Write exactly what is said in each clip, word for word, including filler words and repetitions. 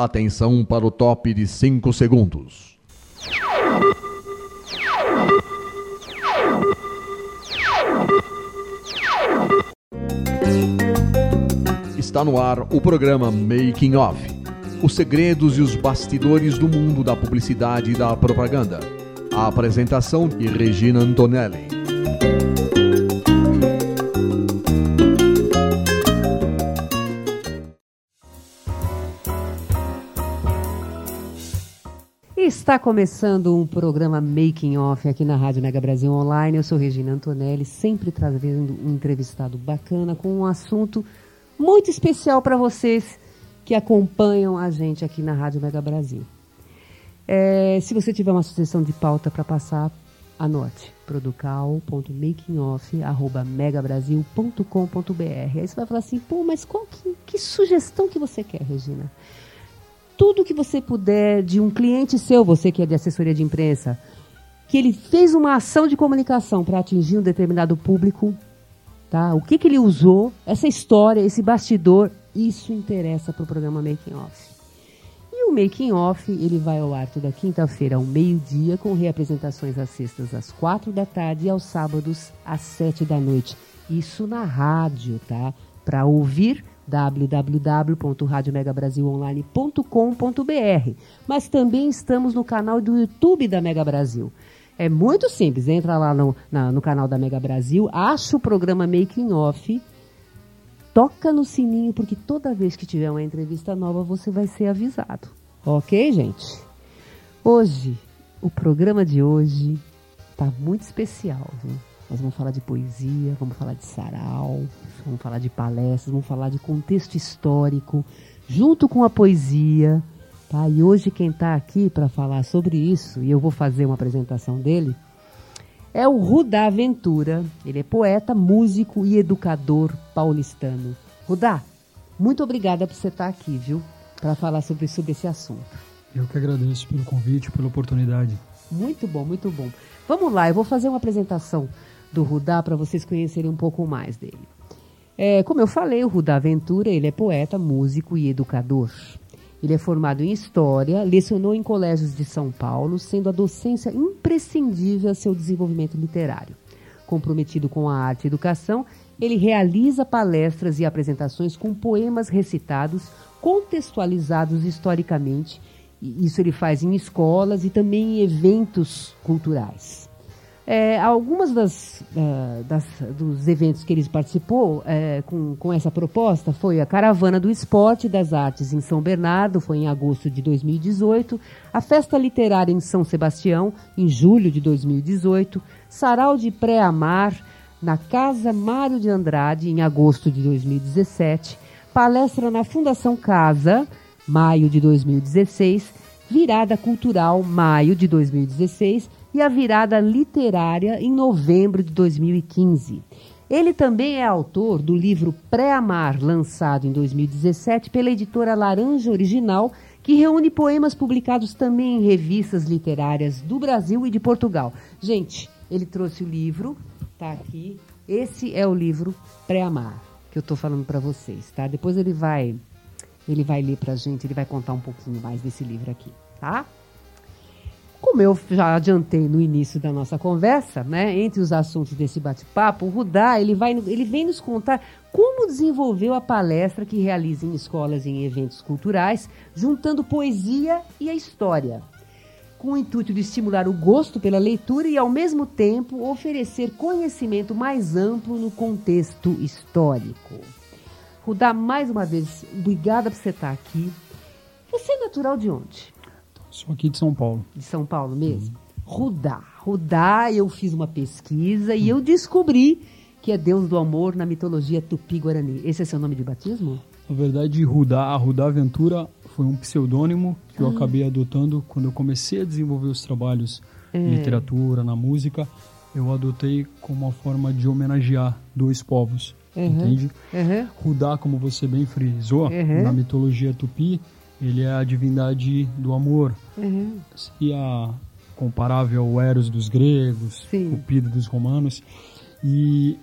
Atenção para o top de cinco segundos. Está no ar o programa Making Off. Os segredos e os bastidores do mundo da publicidade e da propaganda. A apresentação de Regina Antonelli. Está começando um programa Making Off aqui na Rádio Mega Brasil Online. Eu sou Regina Antonelli, sempre trazendo um entrevistado bacana com um assunto muito especial para vocês que acompanham a gente aqui na Rádio Mega Brasil. É, se você tiver uma sugestão de pauta para passar, anote producal ponto makingoff arroba megabrasil ponto com ponto br. Aí você vai falar assim, pô, mas qual que, que sugestão que você quer, Regina? Tudo que você puder de um cliente seu, você que é de assessoria de imprensa, que ele fez uma ação de comunicação para atingir um determinado público, tá? O que, que ele usou, essa história, esse bastidor, isso interessa para o programa Making Off. E o Making Off, ele vai ao ar toda quinta-feira ao meio-dia, com reapresentações às sextas às quatro da tarde e aos sábados às sete da noite. Isso na rádio, tá? Para ouvir, w w w ponto rádio mega brasil online ponto com ponto br. Mas também estamos no canal do YouTube da Mega Brasil. É muito simples, entra lá no, na, no canal da Mega Brasil, acha o programa Making Off, toca no sininho, porque toda vez que tiver uma entrevista nova, você vai ser avisado. Ok, gente? Hoje, o programa de hoje tá muito especial, viu? Nós vamos falar de poesia, vamos falar de sarau, vamos falar de palestras, vamos falar de contexto histórico, junto com a poesia, tá? E hoje quem está aqui para falar sobre isso, e eu vou fazer uma apresentação dele, é o Rudá Ventura. Ele é poeta, músico e educador paulistano. Rudá, muito obrigada por você estar aqui, viu? Para falar sobre, sobre esse assunto. Eu que agradeço pelo convite, pela oportunidade. Muito bom, muito bom. Vamos lá, eu vou fazer uma apresentação do Rudá para vocês conhecerem um pouco mais dele. É, como eu falei, o Rudá Ventura, ele é poeta, músico e educador. Ele é formado em História, lecionou em colégios de São Paulo, sendo a docência imprescindível a seu desenvolvimento literário. Comprometido com a arte e educação, ele realiza palestras e apresentações com poemas recitados, contextualizados historicamente. Isso ele faz em escolas e também em eventos culturais. É, algumas das, uh, das, dos eventos que ele participou é, com, com essa proposta foi a Caravana do Esporte e das Artes em São Bernardo, foi em agosto de dois mil e dezoito, a Festa Literária em São Sebastião, em julho de dois mil e dezoito, Sarau de Pré-Amar, na Casa Mário de Andrade, em agosto de dois mil e dezessete, palestra na Fundação Casa, maio de dois mil e dezesseis, Virada Cultural, maio de dois mil e dezesseis, e a Virada Literária em novembro de dois mil e quinze. Ele também é autor do livro Pré-Amar, lançado em dois mil e dezessete pela editora Laranja Original, que reúne poemas publicados também em revistas literárias do Brasil e de Portugal. Gente, ele trouxe o livro, tá aqui. Esse é o livro Pré-Amar, que eu estou falando para vocês, tá? Depois ele vai, ele vai ler pra gente, ele vai contar um pouquinho mais desse livro aqui, tá? Como eu já adiantei no início da nossa conversa, né, entre os assuntos desse bate-papo, o Rudá, ele, vai, ele vem nos contar como desenvolveu a palestra que realiza em escolas e em eventos culturais, juntando poesia e a história, com o intuito de estimular o gosto pela leitura e, ao mesmo tempo, oferecer conhecimento mais amplo no contexto histórico. Rudá, mais uma vez, obrigada por você estar aqui. Você é natural de onde? Sou aqui de São Paulo. De São Paulo mesmo? Uhum. Rudá. Rudá, eu fiz uma pesquisa e eu descobri que é Deus do amor na mitologia Tupi-Guarani. Esse é seu nome de batismo? Na verdade, Rudá, Rudá Ventura foi um pseudônimo que ah. eu acabei adotando quando eu comecei a desenvolver os trabalhos é. em literatura, na música. Eu adotei como uma forma de homenagear dois povos, uhum. entende? Uhum. Rudá, como você bem frisou, uhum. na mitologia Tupi, ele é a divindade do amor. Uhum. Seria comparável ao Eros dos gregos, Sim. Cupido dos romanos. E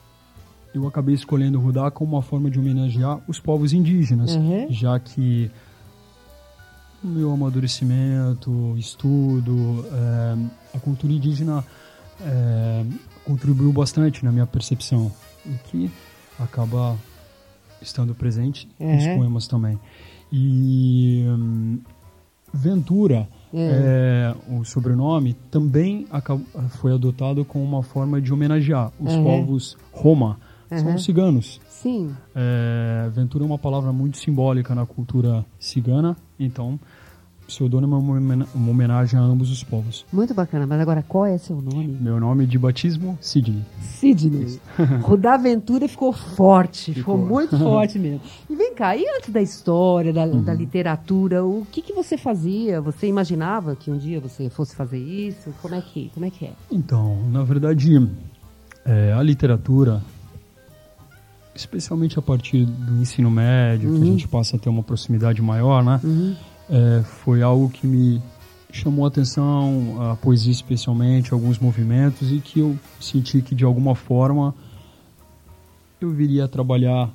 eu acabei escolhendo o Rudá como uma forma de homenagear os povos indígenas, uhum. já que meu amadurecimento, estudo, é, a cultura indígena é, contribuiu bastante na minha percepção e que acaba estando presente é. nos poemas também. E hum, Ventura, é. É, o sobrenome, também acabou, foi adotado como uma forma de homenagear os uhum. povos Roma, uhum. são os ciganos. Sim. É, Ventura é uma palavra muito simbólica na cultura cigana, então pseudônimo é uma homenagem a ambos os povos. Muito bacana, mas agora qual é seu nome? Meu nome de batismo, Sidney. Sidney. Rudá Ventura ficou forte, ficou, ficou muito forte mesmo. E vem cá, e antes da história, da, uhum. da literatura, o que, que você fazia? Você imaginava que um dia você fosse fazer isso? Como é que, como é, que é? Então, na verdade, é, a literatura, especialmente a partir do ensino médio, uhum. que a gente passa a ter uma proximidade maior, né? Uhum. É, foi algo que me chamou a atenção, a poesia especialmente, alguns movimentos, e que eu senti que de alguma forma eu viria a trabalhar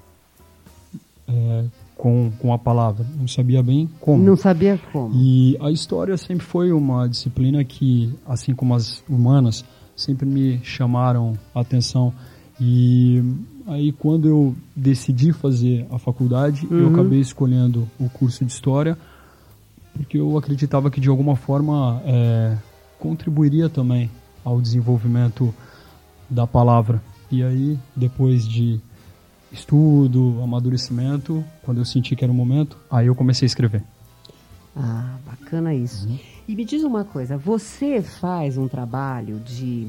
é, com, com a palavra. Não sabia bem como. Não sabia como. E a história sempre foi uma disciplina que, assim como as humanas, sempre me chamaram a atenção. E aí, quando eu decidi fazer a faculdade, uhum. eu acabei escolhendo o curso de História, porque eu acreditava que, de alguma forma, é, contribuiria também ao desenvolvimento da palavra. E aí, depois de estudo, amadurecimento, quando eu senti que era o momento, aí eu comecei a escrever. Ah, bacana isso. Uhum. E me diz uma coisa, você faz um trabalho de,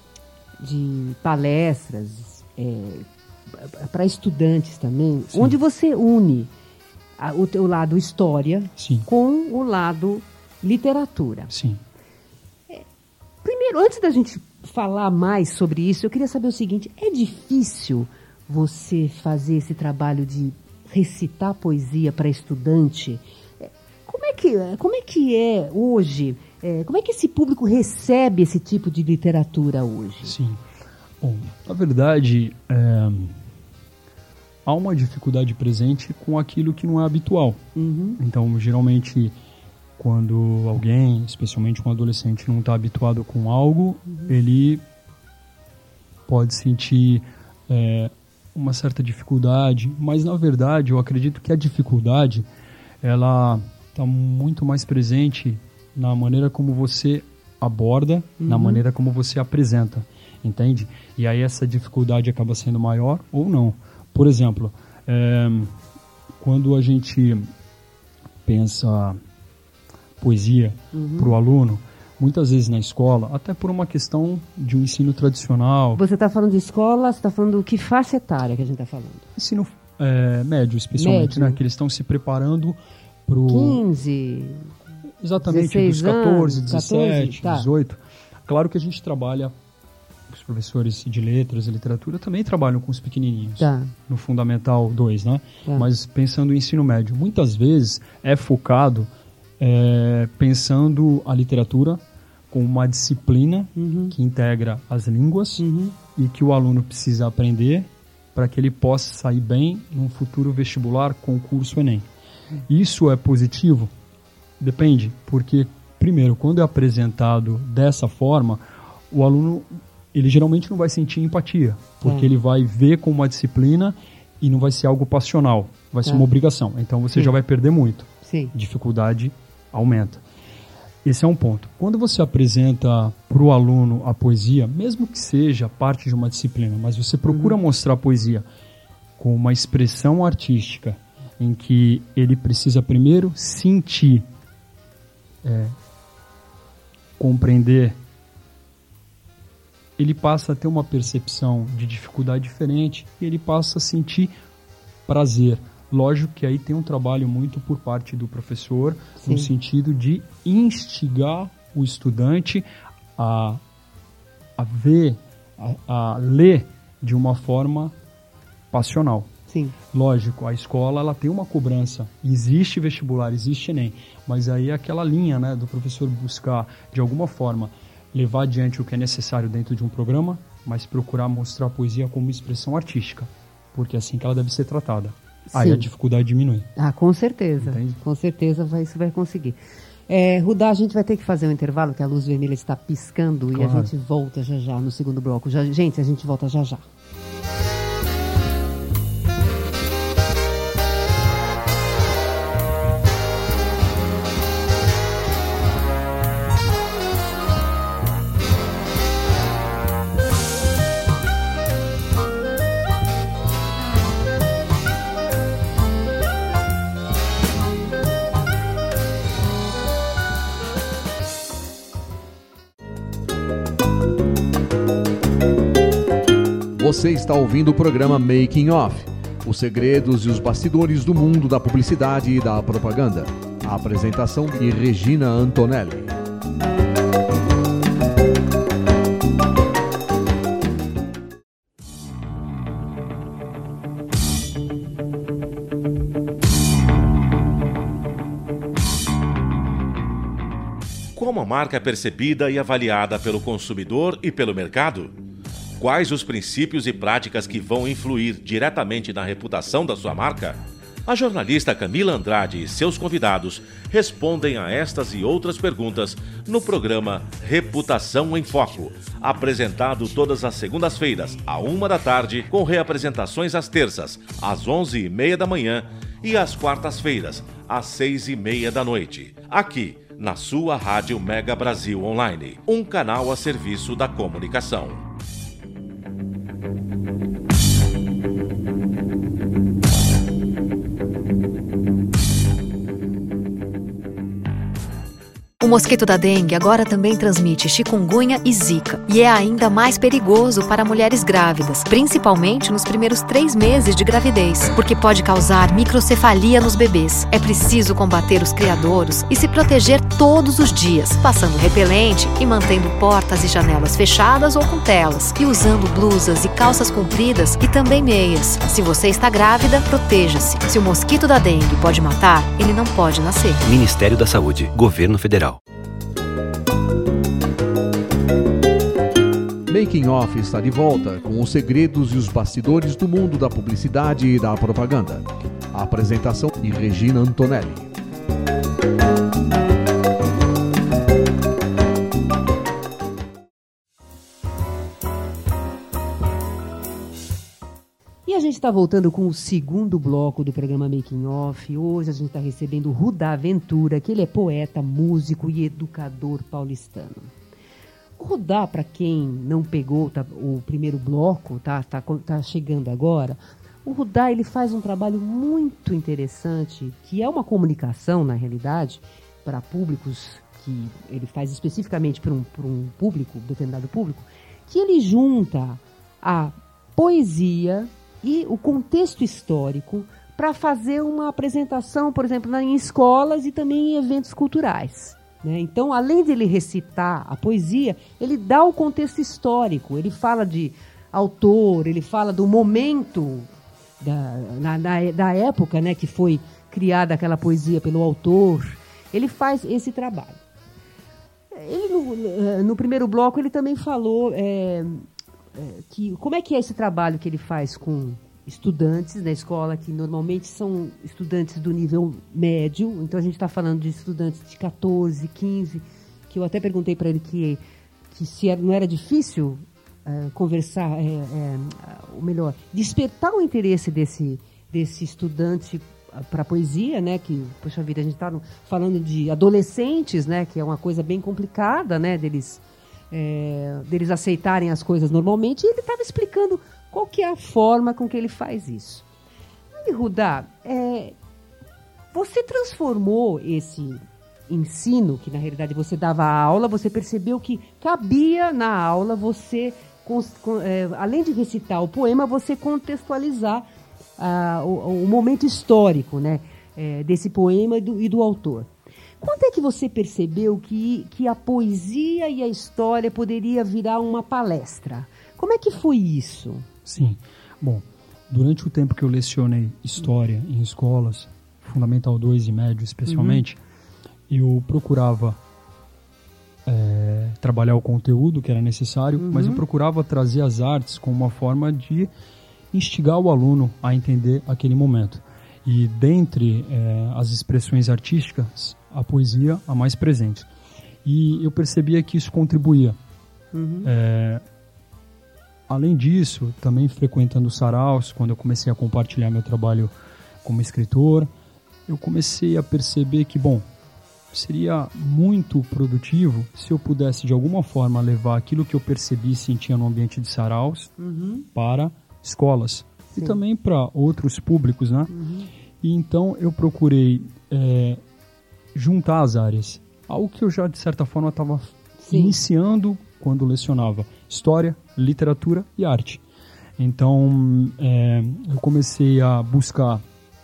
de palestras é, para estudantes também, Sim. onde você une a, o teu lado história Sim. com o lado literatura. Sim. É, primeiro, antes da gente falar mais sobre isso, eu queria saber o seguinte, é difícil você fazer esse trabalho de recitar poesia para estudante? Como é que, como é, que é hoje? É, como é que esse público recebe esse tipo de literatura hoje? Sim. Bom, na verdade, é, há uma dificuldade presente com aquilo que não é habitual. Uhum. Então, geralmente, quando alguém, especialmente um adolescente, não está habituado com algo, uhum. ele pode sentir é, uma certa dificuldade, mas, na verdade, eu acredito que a dificuldade, ela está muito mais presente na maneira como você aborda, uhum. na maneira como você apresenta, entende? E aí essa dificuldade acaba sendo maior ou não. Por exemplo, é, quando a gente pensa poesia uhum. para o aluno, muitas vezes na escola, até por uma questão de um ensino tradicional... Você está falando de escola, você está falando que faixa etária que a gente está falando? Ensino é, médio, especialmente, médio. Né? Que eles estão se preparando para o... quinze... Exatamente, dos catorze, dezessete, tá. dezoito. Claro que a gente trabalha, os professores de letras e literatura também trabalham com os pequenininhos, tá. no Fundamental dois, né? Tá. Mas pensando em ensino médio, muitas vezes é focado é, pensando a literatura como uma disciplina uhum. que integra as línguas uhum. e que o aluno precisa aprender para que ele possa sair bem num futuro vestibular, concurso Enem. Isso é positivo? Depende, porque, primeiro, quando é apresentado dessa forma, o aluno, ele geralmente não vai sentir empatia, porque é. ele vai ver como uma disciplina e não vai ser algo passional, vai é. ser uma obrigação. Então você Sim. já vai perder muito. Sim. Dificuldade aumenta. Esse é um ponto. Quando você apresenta para o aluno a poesia, mesmo que seja parte de uma disciplina, mas você procura uhum. mostrar a poesia com uma expressão artística em que ele precisa primeiro sentir, É, compreender, ele passa a ter uma percepção de dificuldade diferente e ele passa a sentir prazer. Lógico que aí tem um trabalho muito por parte do professor, Sim. no sentido de instigar o estudante a, a ver, a, a ler de uma forma passional. Sim. Lógico, a escola ela tem uma cobrança, existe vestibular, existe Enem, mas aí é aquela linha, né, do professor buscar, de alguma forma, levar adiante o que é necessário dentro de um programa, mas procurar mostrar a poesia como expressão artística, porque é assim que ela deve ser tratada. aí a dificuldade diminui. Ah, com certeza. Entende? Com certeza vai, isso vai conseguir. É, Rudá, a gente vai ter que fazer um intervalo, que a luz vermelha está piscando, claro. E a gente volta já já no segundo bloco. Já, gente, a gente volta já já. Você está ouvindo o programa Making Off, os segredos e os bastidores do mundo da publicidade e da propaganda. A apresentação de Regina Antonelli. Como a marca é percebida e avaliada pelo consumidor e pelo mercado? Quais os princípios e práticas que vão influir diretamente na reputação da sua marca? A jornalista Camila Andrade e seus convidados respondem a estas e outras perguntas no programa Reputação em Foco, apresentado todas as segundas-feiras, à uma da tarde, com reapresentações às terças, às onze e meia da manhã e às quartas-feiras, às seis e meia da noite, aqui na sua Rádio Mega Brasil Online, um canal a serviço da comunicação. O mosquito da dengue agora também transmite chikungunya e zika e é ainda mais perigoso para mulheres grávidas, principalmente nos primeiros três meses de gravidez, porque pode causar microcefalia nos bebês. É preciso combater os criadouros e se proteger todos os dias, passando repelente e mantendo portas e janelas fechadas ou com telas, e usando blusas e calças compridas e também meias. Se você está grávida, proteja-se. Se o mosquito da dengue pode matar, ele não pode nascer. Ministério da Saúde, Governo Federal. Making Off está de volta com os segredos e os bastidores do mundo da publicidade e da propaganda. A apresentação de Regina Antonelli. E a gente está voltando com o segundo bloco do programa Making Off. Hoje a gente está recebendo o Rudá Ventura, que ele é poeta, músico e educador paulistano. O Rudá, para quem não pegou tá, o primeiro bloco, tá, tá, tá chegando agora, o Rudá ele faz um trabalho muito interessante, que é uma comunicação, na realidade, para públicos, que ele faz especificamente para um, para um público, determinado público, que ele junta a poesia e o contexto histórico para fazer uma apresentação, por exemplo, em escolas e também em eventos culturais. Né? Então, além de ele recitar a poesia, ele dá o contexto histórico, ele fala de autor, ele fala do momento da, na, na, da época, né, que foi criada aquela poesia pelo autor. Ele faz esse trabalho. Ele, no, no primeiro bloco, ele também falou é, é, que, como é que é esse trabalho que ele faz com estudantes na escola, que normalmente são estudantes do nível médio. Então, a gente está falando de estudantes de catorze, quinze, que eu até perguntei para ele que, que se era, não era difícil uh, conversar, é, é, ou melhor, despertar o interesse desse, desse estudante para a poesia, né? Que, poxa vida, a gente está falando de adolescentes, né? Que é uma coisa bem complicada, né? Deles, é, deles aceitarem as coisas normalmente. E ele estava explicando qual que é a forma com que ele faz isso. E, Rudá, é, você transformou esse ensino, que na realidade você dava a aula, você percebeu que cabia na aula você, com, com, é, além de recitar o poema, você contextualizar ah, o, o momento histórico, né, é, desse poema e do, e do autor. Quando é que você percebeu que, que a poesia e a história poderia virar uma palestra? Como é que foi isso? Sim. Bom, durante o tempo que eu lecionei história em escolas, Fundamental dois e médio especialmente, uhum. eu procurava é, trabalhar o conteúdo que era necessário, uhum. mas eu procurava trazer as artes como uma forma de instigar o aluno a entender aquele momento. E dentre é, as expressões artísticas, a poesia a mais presente. E eu percebia que isso contribuía. Uhum. É, além disso, também frequentando saraus, quando eu comecei a compartilhar meu trabalho como escritor, eu comecei a perceber que, bom, seria muito produtivo se eu pudesse de alguma forma levar aquilo que eu percebi e sentia no ambiente de saraus uhum. para escolas. Sim. E também para outros públicos, né? Uhum. E então eu procurei é, juntar as áreas. Algo que eu já, de certa forma, estava iniciando quando lecionava história, literatura e arte. Então, é, eu comecei a buscar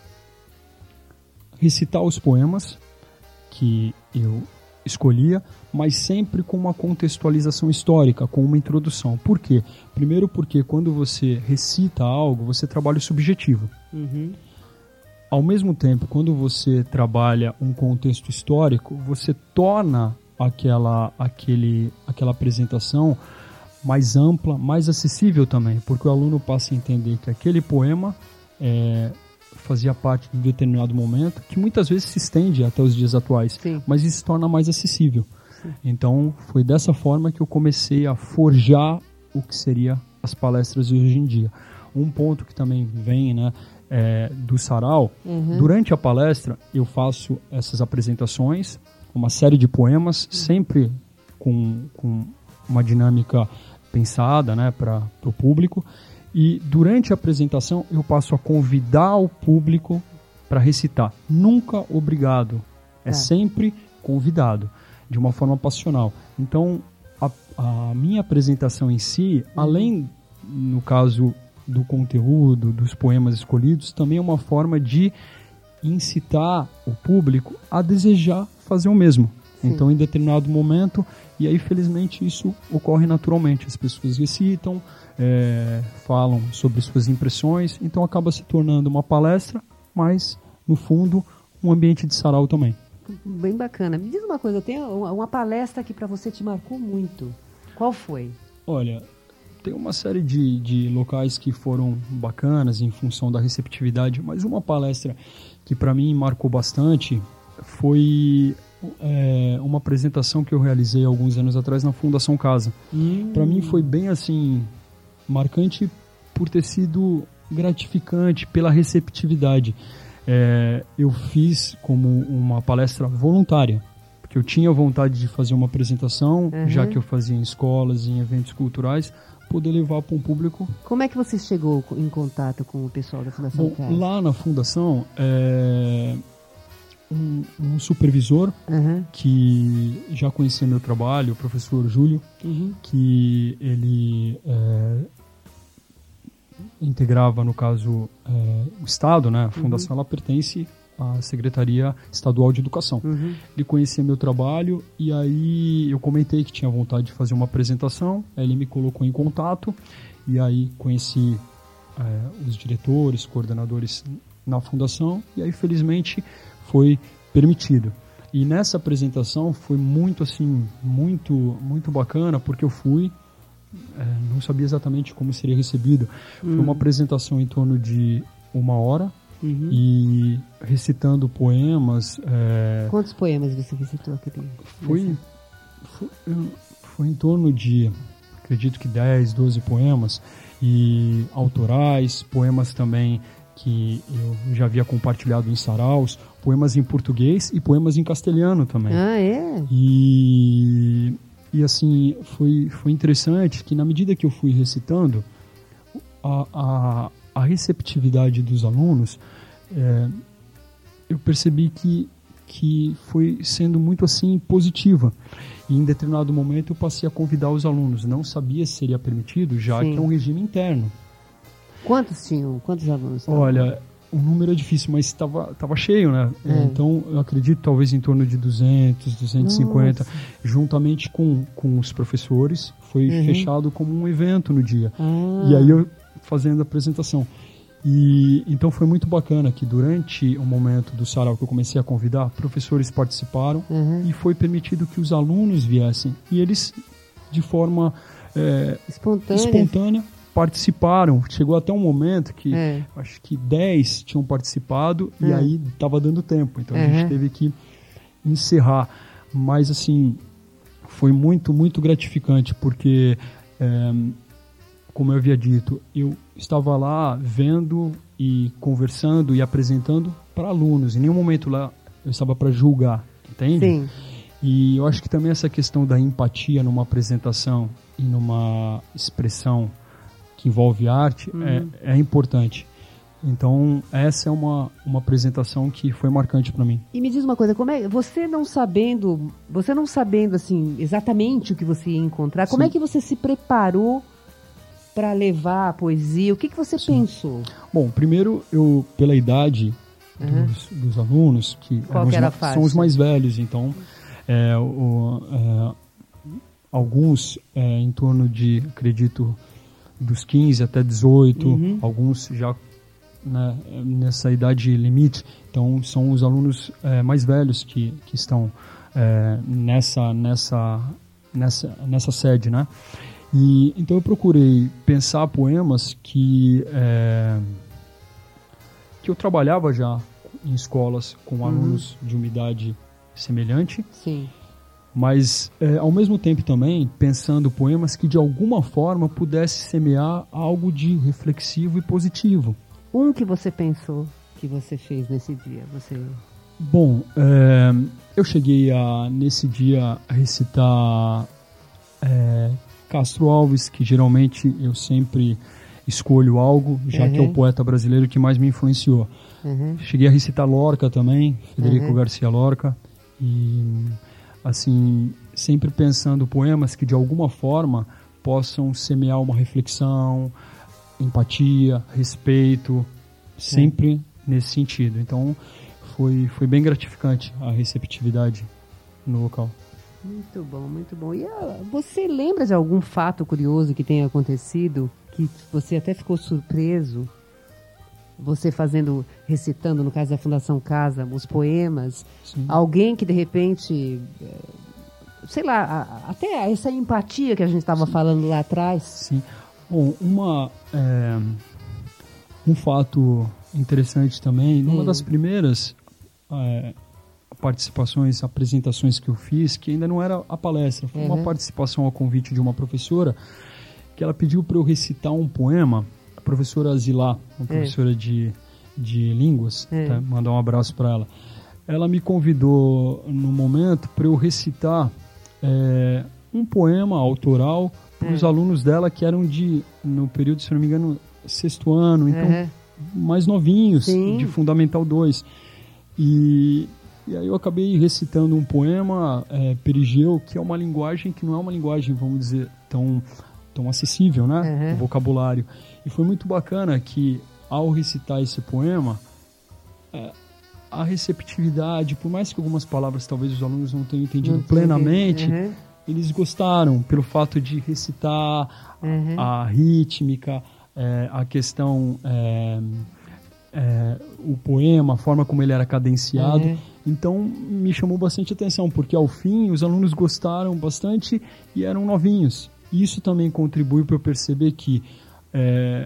recitar os poemas que eu escolhia, mas sempre com uma contextualização histórica, com uma introdução. Por quê? Primeiro porque quando você recita algo, você trabalha o subjetivo. Uhum. Ao mesmo tempo, quando você trabalha um contexto histórico, você torna aquela, aquele, aquela apresentação mais ampla, mais acessível também, porque o aluno passa a entender que aquele poema é, fazia parte de um determinado momento, que muitas vezes se estende até os dias atuais, Sim. mas isso se torna mais acessível. Sim. Então, foi dessa forma que eu comecei a forjar o que seria as palestras de hoje em dia. Um ponto que também vem, né, é, do sarau, uhum. durante a palestra eu faço essas apresentações, uma série de poemas, uhum. sempre com, com uma dinâmica pensada, né, para o público. E durante a apresentação eu passo a convidar o público para recitar. Nunca obrigado, é, é sempre convidado, de uma forma passional. Então, a, a minha apresentação em si, uhum. além, no caso do conteúdo, dos poemas escolhidos, também é uma forma de incitar o público a desejar fazer o mesmo. Sim. Então, em determinado momento, e aí, felizmente, isso ocorre naturalmente. As pessoas recitam, é, falam sobre suas impressões, então acaba se tornando uma palestra, mas, no fundo, um ambiente de sarau também. Bem bacana. Me diz uma coisa, tem uma palestra que para você te marcou muito. Qual foi? Olha, tem uma série de, de locais que foram bacanas em função da receptividade, mas uma palestra que para mim marcou bastante foi é, uma apresentação que eu realizei alguns anos atrás na Fundação Casa. Hum. Para mim foi bem assim, marcante por ter sido gratificante pela receptividade. É, eu fiz como uma palestra voluntária, porque eu tinha vontade de fazer uma apresentação, uhum. já que eu fazia em escolas e em eventos culturais, poder levar para um público. Como é que você chegou em contato com o pessoal da Fundação Bom, Casa? Lá na Fundação, é, um, um supervisor uhum. que já conhecia meu trabalho, o professor Júlio, uhum. que ele é, integrava, no caso, é, o Estado, né? A Fundação uhum. ela pertence à Secretaria Estadual de Educação. Uhum. Ele conhecia meu trabalho e aí eu comentei que tinha vontade de fazer uma apresentação, aí ele me colocou em contato e aí conheci é, os diretores, coordenadores na Fundação e aí felizmente foi permitido. E nessa apresentação foi muito assim, muito, muito bacana porque eu fui É, não sabia exatamente como seria recebido. Uhum. Foi uma apresentação em torno de uma hora uhum. e recitando poemas. É... Quantos poemas você recitou aqui? Foi, foi, foi em torno de, acredito que dez, doze poemas, e autorais, poemas também que eu já havia compartilhado em saraus, poemas em português e poemas em castelhano também. Ah, é? E... E assim, foi, foi interessante que na medida que eu fui recitando, a, a, a receptividade dos alunos, é, eu percebi que, que foi sendo muito assim positiva. E em determinado momento eu passei a convidar os alunos. Não sabia se seria permitido, já Sim. que é um regime interno. Quantos tinham? Quantos alunos? Olha, o número é difícil, mas estava tava cheio, né? É. Então, eu acredito talvez em torno de duzentos, duzentos e cinquenta, Nossa. Juntamente com, com os professores. Foi uhum. fechado como um evento no dia. Ah. E aí eu fazendo a apresentação. E então foi muito bacana que durante o momento do sarau que eu comecei a convidar, professores participaram uhum. e foi permitido que os alunos viessem. E eles, de forma é, espontânea. espontânea, participaram. Chegou até um momento que É. acho que dez tinham participado É. e aí estava dando tempo. Então a Uhum. gente teve que encerrar. Mas assim, foi muito, muito gratificante, porque, é, como eu havia dito, eu estava lá vendo e conversando e apresentando para alunos. Em nenhum momento lá eu estava para julgar, entende? Sim. E eu acho que também essa questão da empatia numa apresentação e numa expressão que envolve arte Uhum. é, é importante. Então, essa é uma, uma apresentação que foi marcante para mim. E me diz uma coisa, como é, você não sabendo, você não sabendo assim exatamente o que você ia encontrar, como Sim. é que você se preparou para levar a poesia? O que, que você Sim. pensou? Bom, primeiro, eu, pela idade Uhum. dos, dos alunos, que Qual eram que os era a ma- faixa? são os mais velhos, então, é, o, é, alguns é, em torno de, acredito, dos quinze até dezoito, Uhum. alguns já, né, nessa idade limite. Então, são os alunos é, mais velhos que, que estão é, nessa, nessa, nessa, nessa sede, né? E, então, eu procurei pensar poemas que, é, que eu trabalhava já em escolas com Uhum. alunos de uma idade semelhante, Sim. mas é, ao mesmo tempo também pensando poemas que de alguma forma pudesse semear algo de reflexivo e positivo. Um que você pensou que você fez nesse dia? Você... Bom, é, eu cheguei a, nesse dia, a recitar é, Castro Alves, que geralmente eu sempre escolho algo, já Uhum. que é o poeta brasileiro que mais me influenciou. Uhum. Cheguei a recitar Lorca também, Federico Uhum. Garcia Lorca, e assim, sempre pensando poemas que de alguma forma possam semear uma reflexão, empatia, respeito, sempre nesse sentido. Então, foi, foi bem gratificante a receptividade no local. Muito bom, muito bom. E ah, você lembra de algum fato curioso que tenha acontecido, que você até ficou surpreso? Você fazendo, recitando, no caso da Fundação Casa, os poemas, Sim. alguém que de repente, eh, sei lá, a- até essa empatia que a gente estava falando lá atrás. Sim. Bom, uma, é, um fato interessante também, numa Hum. das primeiras é, participações, apresentações que eu fiz, que ainda não era a palestra, foi Uhum. uma participação ao convite de uma professora, que ela pediu para eu recitar um poema, a professora Zilá, uma professora de, de línguas, É. tá? Mandar um abraço para ela. Ela me convidou no momento para eu recitar é, um poema autoral para os É. alunos dela que eram de, no período, se não me engano, sexto ano, então Uhum. mais novinhos, Sim. de Fundamental dois. E, e aí eu acabei recitando um poema, é, Perigeu, que é uma linguagem que não é uma linguagem, vamos dizer, tão, tão acessível, né? Uhum. O vocabulário. E foi muito bacana que, ao recitar esse poema, é, a receptividade, por mais que algumas palavras talvez os alunos não tenham entendido Não tem plenamente, entendido. Uhum. eles gostaram pelo fato de recitar Uhum. a rítmica, é, a questão, é, é, o poema, a forma como ele era cadenciado. Uhum. Então me chamou bastante atenção, porque ao fim os alunos gostaram bastante e eram novinhos. E isso também contribui para eu perceber que é,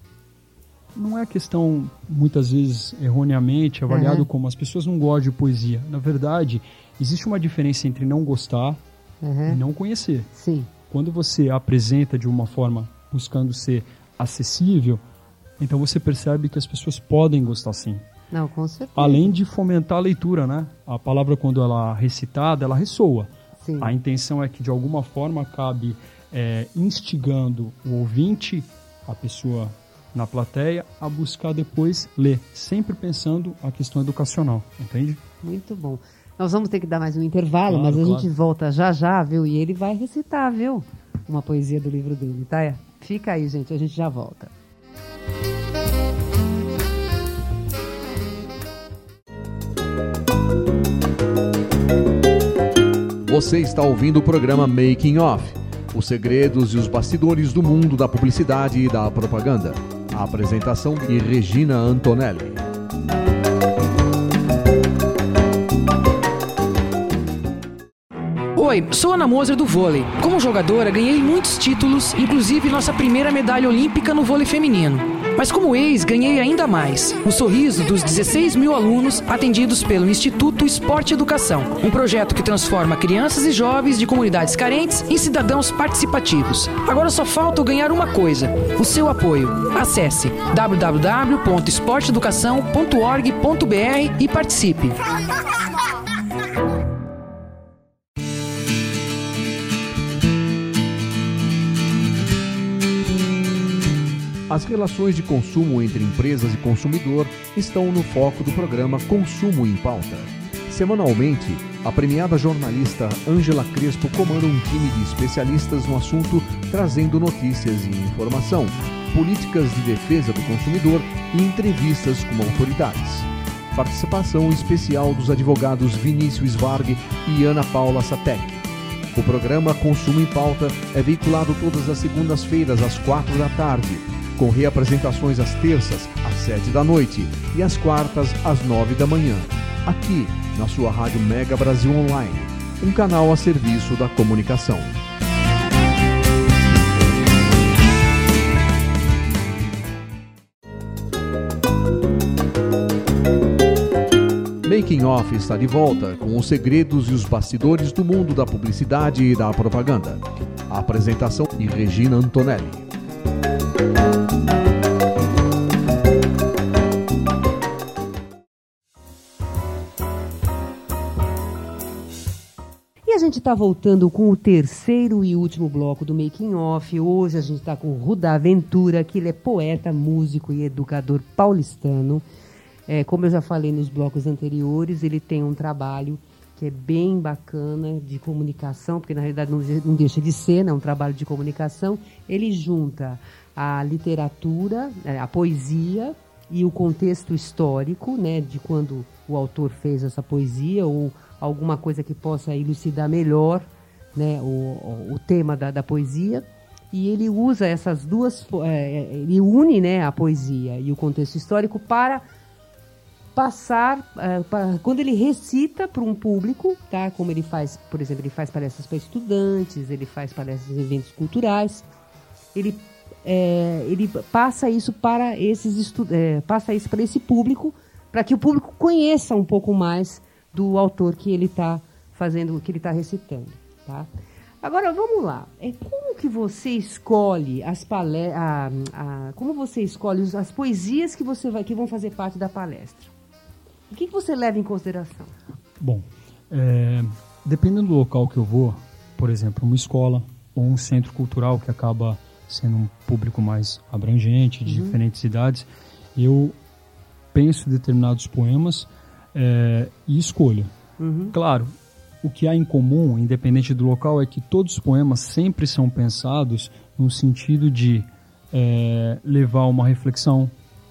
não é questão, muitas vezes, erroneamente avaliado Uhum. como as pessoas não gostam de poesia. Na verdade, existe uma diferença entre não gostar Uhum. e não conhecer. Sim. Quando você apresenta de uma forma buscando ser acessível, então você percebe que as pessoas podem gostar sim. Não, com certeza. Além de fomentar a leitura, né? A palavra, quando ela é recitada, ela ressoa. Sim. A intenção é que de alguma forma acabe é, instigando o ouvinte, a pessoa na plateia, a buscar depois ler, sempre pensando a questão educacional, entende? Muito bom. Nós vamos ter que dar mais um intervalo, Claro, mas a claro. gente volta já já, viu? E ele vai recitar, viu? Uma poesia do livro dele, tá? Fica aí, gente, a gente já volta. Você está ouvindo o programa Making Off, os segredos e os bastidores do mundo da publicidade e da propaganda. A apresentação de Regina Antonelli. O Oi, sou Ana Moser do vôlei. Como jogadora, ganhei muitos títulos, inclusive nossa primeira medalha olímpica no vôlei feminino. Mas como ex, ganhei ainda mais. O sorriso dos dezesseis mil alunos atendidos pelo Instituto Esporte Educação. Um projeto que transforma crianças e jovens de comunidades carentes em cidadãos participativos. Agora só falta ganhar uma coisa: o seu apoio. Acesse w w w ponto esporte educação ponto org ponto b r e participe. As relações de consumo entre empresas e consumidor estão no foco do programa Consumo em Pauta. Semanalmente, a premiada jornalista Ângela Crespo comanda um time de especialistas no assunto, trazendo notícias e informação, políticas de defesa do consumidor e entrevistas com autoridades. Participação especial dos advogados Vinícius Varg e Ana Paula Satek. O programa Consumo em Pauta é veiculado todas as segundas-feiras às quatro da tarde, com reapresentações às terças, às sete da noite e às quartas, às nove da manhã, aqui na sua Rádio Mega Brasil Online, um canal a serviço da comunicação. Making Off está de volta com os segredos e os bastidores do mundo da publicidade e da propaganda. A apresentação de Regina Antonelli. E a gente está voltando com o terceiro e último bloco do Making Off. Hoje a gente está com o Rudá Ventura, que ele é poeta, músico e educador paulistano. É, como eu já falei nos blocos anteriores, ele tem um trabalho que é bem bacana de comunicação, porque na realidade não, não deixa de ser, né, um trabalho de comunicação. Ele junta a literatura, a poesia e o contexto histórico, né, de quando o autor fez essa poesia, ou alguma coisa que possa elucidar melhor, né, o, o tema da, da poesia. E ele usa essas duas, é, ele une, né, a poesia e o contexto histórico para passar, uh, para, quando ele recita para um público, tá? Como ele faz, por exemplo, ele faz palestras para estudantes, ele faz palestras em eventos culturais, ele, é, ele passa isso para esses estu é, passa isso para esse público, para que o público conheça um pouco mais do autor que ele está fazendo, que ele está recitando, tá? Agora vamos lá. É, como que você escolhe as palestras, a, a, como você escolhe as poesias que você vai, que vão fazer parte da palestra? O que, que você leva em consideração? Bom, é, dependendo do local que eu vou, por exemplo, uma escola ou um centro cultural que acaba sendo um público mais abrangente, de uhum. diferentes idades, eu penso em determinados poemas é, e escolho. Uhum. Claro, o que há em comum, independente do local, é que todos os poemas sempre são pensados no sentido de é, levar uma reflexão,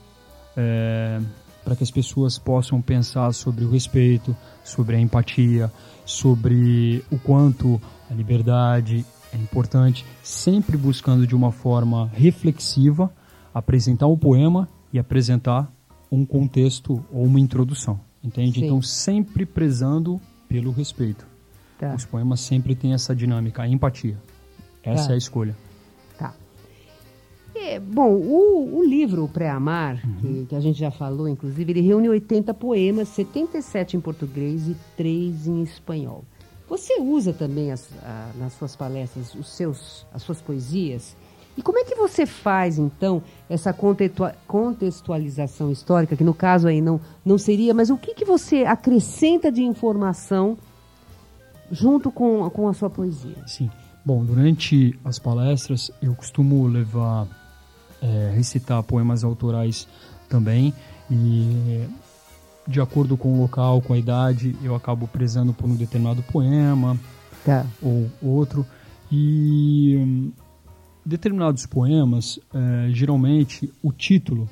é, para que as pessoas possam pensar sobre o respeito, sobre a empatia, sobre o quanto a liberdade é importante, sempre buscando de uma forma reflexiva apresentar um poema e apresentar um contexto ou uma introdução, entende? Sim. Então sempre prezando pelo respeito. Tá. Os poemas sempre têm essa dinâmica, a empatia. Essa tá. é a escolha. Tá. É, bom, o, o livro Pré-Amar, uhum. que, que a gente já falou, inclusive, ele reúne oitenta poemas, setenta e sete em português e três em espanhol. Você usa também as, a, nas suas palestras os seus, as suas poesias? E como é que você faz, então, essa contextualização histórica, que no caso aí não, não seria, mas o que, que você acrescenta de informação junto com, com a sua poesia? Sim. Bom, durante as palestras eu costumo levar, é, recitar poemas autorais também, e de acordo com o local, com a idade, eu acabo prezando por um determinado poema tá. ou outro. E hum, determinados poemas, é, geralmente o título,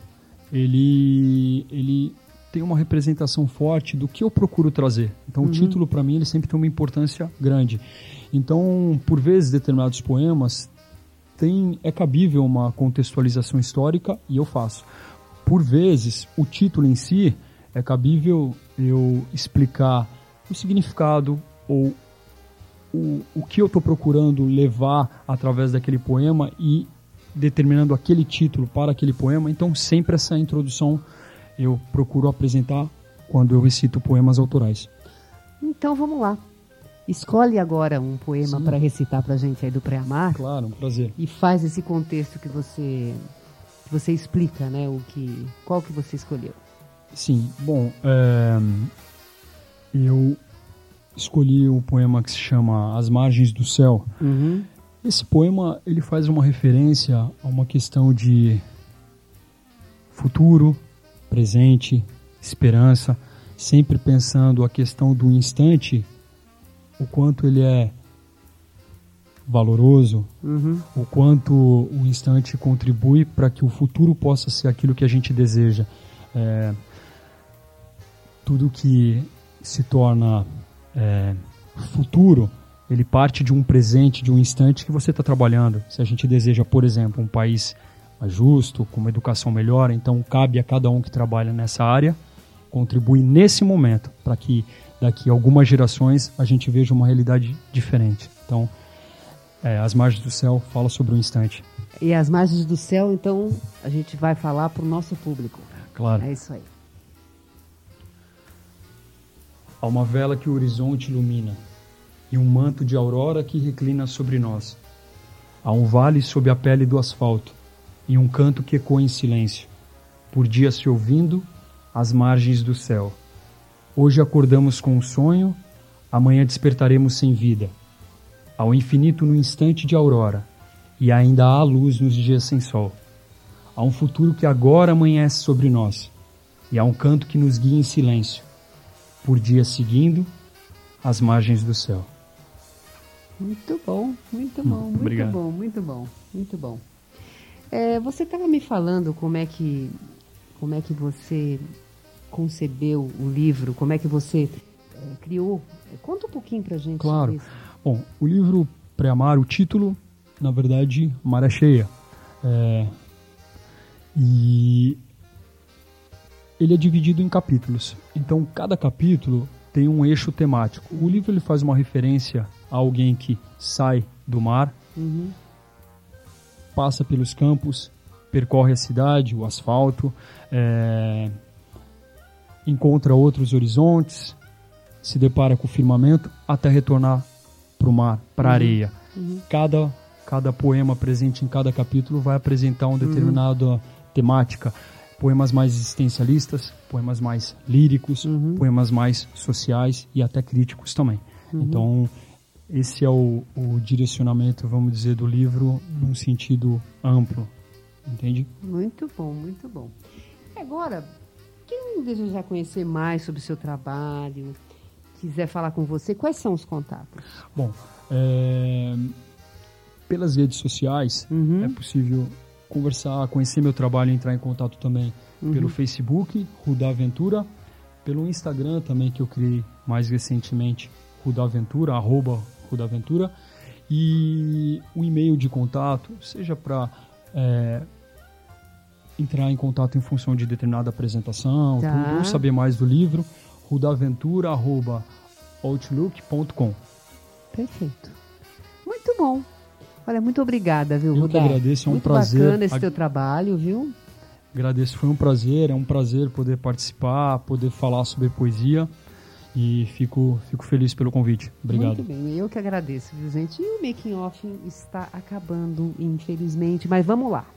ele, ele tem uma representação forte do que eu procuro trazer. Então uhum. o título, para mim, ele sempre tem uma importância grande. Então, por vezes, determinados poemas tem, é cabível uma contextualização histórica e eu faço. Por vezes, o título em si é cabível eu explicar o significado ou o, o que eu estou procurando levar através daquele poema e determinando aquele título para aquele poema. Então, sempre essa introdução eu procuro apresentar quando eu recito poemas autorais. Então, vamos lá. Escolhe agora um poema para recitar para a gente aí do Pré-Amar. Claro, um prazer. E faz esse contexto que você, que você explica, né? O que, qual que você escolheu? Sim, bom, é, eu escolhi o poema que se chama As Margens do Céu. Uhum. Esse poema, ele faz uma referência a uma questão de futuro, presente, esperança, sempre pensando a questão do instante, o quanto ele é valoroso, uhum. o quanto o instante contribui para que o futuro possa ser aquilo que a gente deseja. É, tudo que se torna é, futuro, ele parte de um presente, de um instante que você está trabalhando. Se a gente deseja, por exemplo, um país mais justo, com uma educação melhor, então cabe a cada um que trabalha nessa área contribuir nesse momento para que daqui a algumas gerações a gente veja uma realidade diferente. Então, é, As Margens do Céu fala sobre o instante. E As Margens do Céu, então, a gente vai falar para o nosso público. Claro. É isso aí. Há uma vela que o horizonte ilumina e um manto de aurora que reclina sobre nós. Há um vale sob a pele do asfalto e um canto que ecoa em silêncio, por dia se ouvindo às margens do céu. Hoje acordamos com um sonho, amanhã despertaremos sem vida. Ao infinito no instante de aurora, e ainda há luz nos dias sem sol. Há um futuro que agora amanhece sobre nós, e há um canto que nos guia em silêncio, por dia seguindo as margens do céu. Muito bom, muito bom, muito Obrigado. bom, muito bom, muito bom. É, você estava me falando como é que como é que você concebeu o livro, como é que você é, criou. Conta um pouquinho pra gente claro. sobre isso. Bom, o livro Pré-Amar, o título, na verdade, Maré Cheia. É, e ele é dividido em capítulos. Então, cada capítulo tem um eixo temático. O livro ele faz uma referência a alguém que sai do mar, Uhum. passa pelos campos, percorre a cidade, o asfalto, é, encontra outros horizontes, se depara com o firmamento, até retornar para o mar, para a Uhum. areia. Uhum. Cada, cada poema presente em cada capítulo vai apresentar uma determinada uhum. temática. Poemas mais existencialistas, poemas mais líricos, Uhum. poemas mais sociais e até críticos também. Uhum. Então, esse é o, o direcionamento, vamos dizer, do livro num sentido amplo. Entende? Muito bom, muito bom. Agora, quem desejar conhecer mais sobre o seu trabalho, quiser falar com você, quais são os contatos? Bom, é, pelas redes sociais Uhum. é possível conversar, conhecer meu trabalho, entrar em contato também Uhum. pelo Facebook, Rudá Ventura, pelo Instagram também, que eu criei mais recentemente, Rudá Ventura, arroba Rudá Ventura, e o e-mail de contato, seja para é, entrar em contato em função de determinada apresentação, Tá. tudo, ou saber mais do livro, rudaventura arroba outlook ponto com. Perfeito. Muito bom. Olha, muito obrigada, viu, Eu Rudá? que agradeço, é um muito prazer. bacana esse Ag- teu trabalho, viu? Agradeço, foi um prazer, é um prazer poder participar, poder falar sobre poesia e fico, fico feliz pelo convite. Obrigado. Muito bem, eu que agradeço, viu, gente? E o Making Off está acabando, infelizmente, mas vamos lá.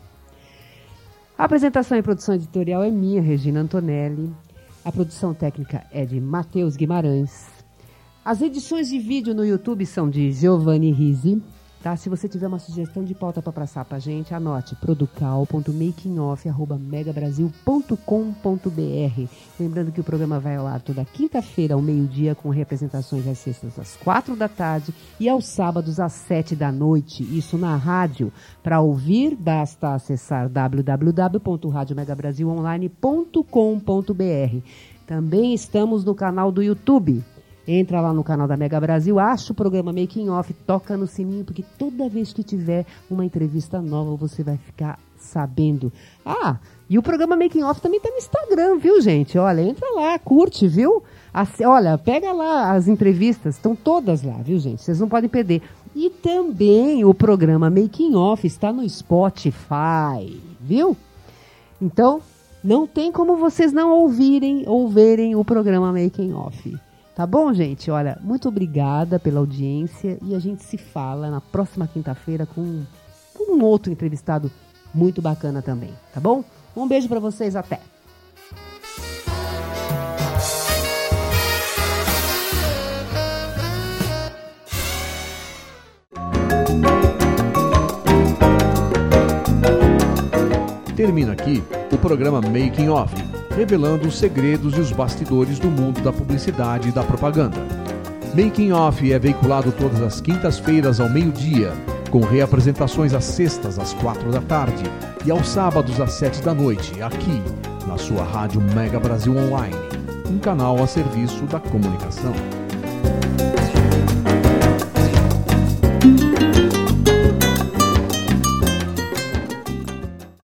A apresentação e produção editorial é minha, Regina Antonelli. A produção técnica é de Matheus Guimarães. As edições de vídeo no YouTube são de Giovanni Risi. Tá? Se você tiver uma sugestão de pauta para passar para a gente, anote producal ponto makingoff arroba megabrasil ponto com ponto br. Lembrando que o programa vai ao ar toda quinta-feira ao meio-dia, com representações às sextas às quatro da tarde e aos sábados às sete da noite. Isso na rádio. Para ouvir, basta acessar w w w ponto rádio megabrasil online ponto com ponto br. Também estamos no canal do YouTube. Entra lá no canal da Mega Brasil, acha o programa Making Off, toca no sininho, porque toda vez que tiver uma entrevista nova, você vai ficar sabendo. Ah, e o programa Making Off também tá no Instagram, viu, gente? Olha, entra lá, curte, viu? As- olha, pega lá as entrevistas, estão todas lá, viu, gente? Vocês não podem perder. E também o programa Making Off está no Spotify, viu? Então, não tem como vocês não ouvirem ou verem o programa Making Off. Tá bom, gente? Olha, muito obrigada pela audiência e a gente se fala na próxima quinta-feira com, com um outro entrevistado muito bacana também, tá bom? Um beijo pra vocês, até! Termina aqui o programa Making Off, revelando os segredos e os bastidores do mundo da publicidade e da propaganda. Making Off é veiculado todas as quintas-feiras ao meio-dia, com reapresentações às sextas às quatro da tarde e aos sábados às sete da noite, aqui na sua rádio Mega Brasil Online, um canal a serviço da comunicação.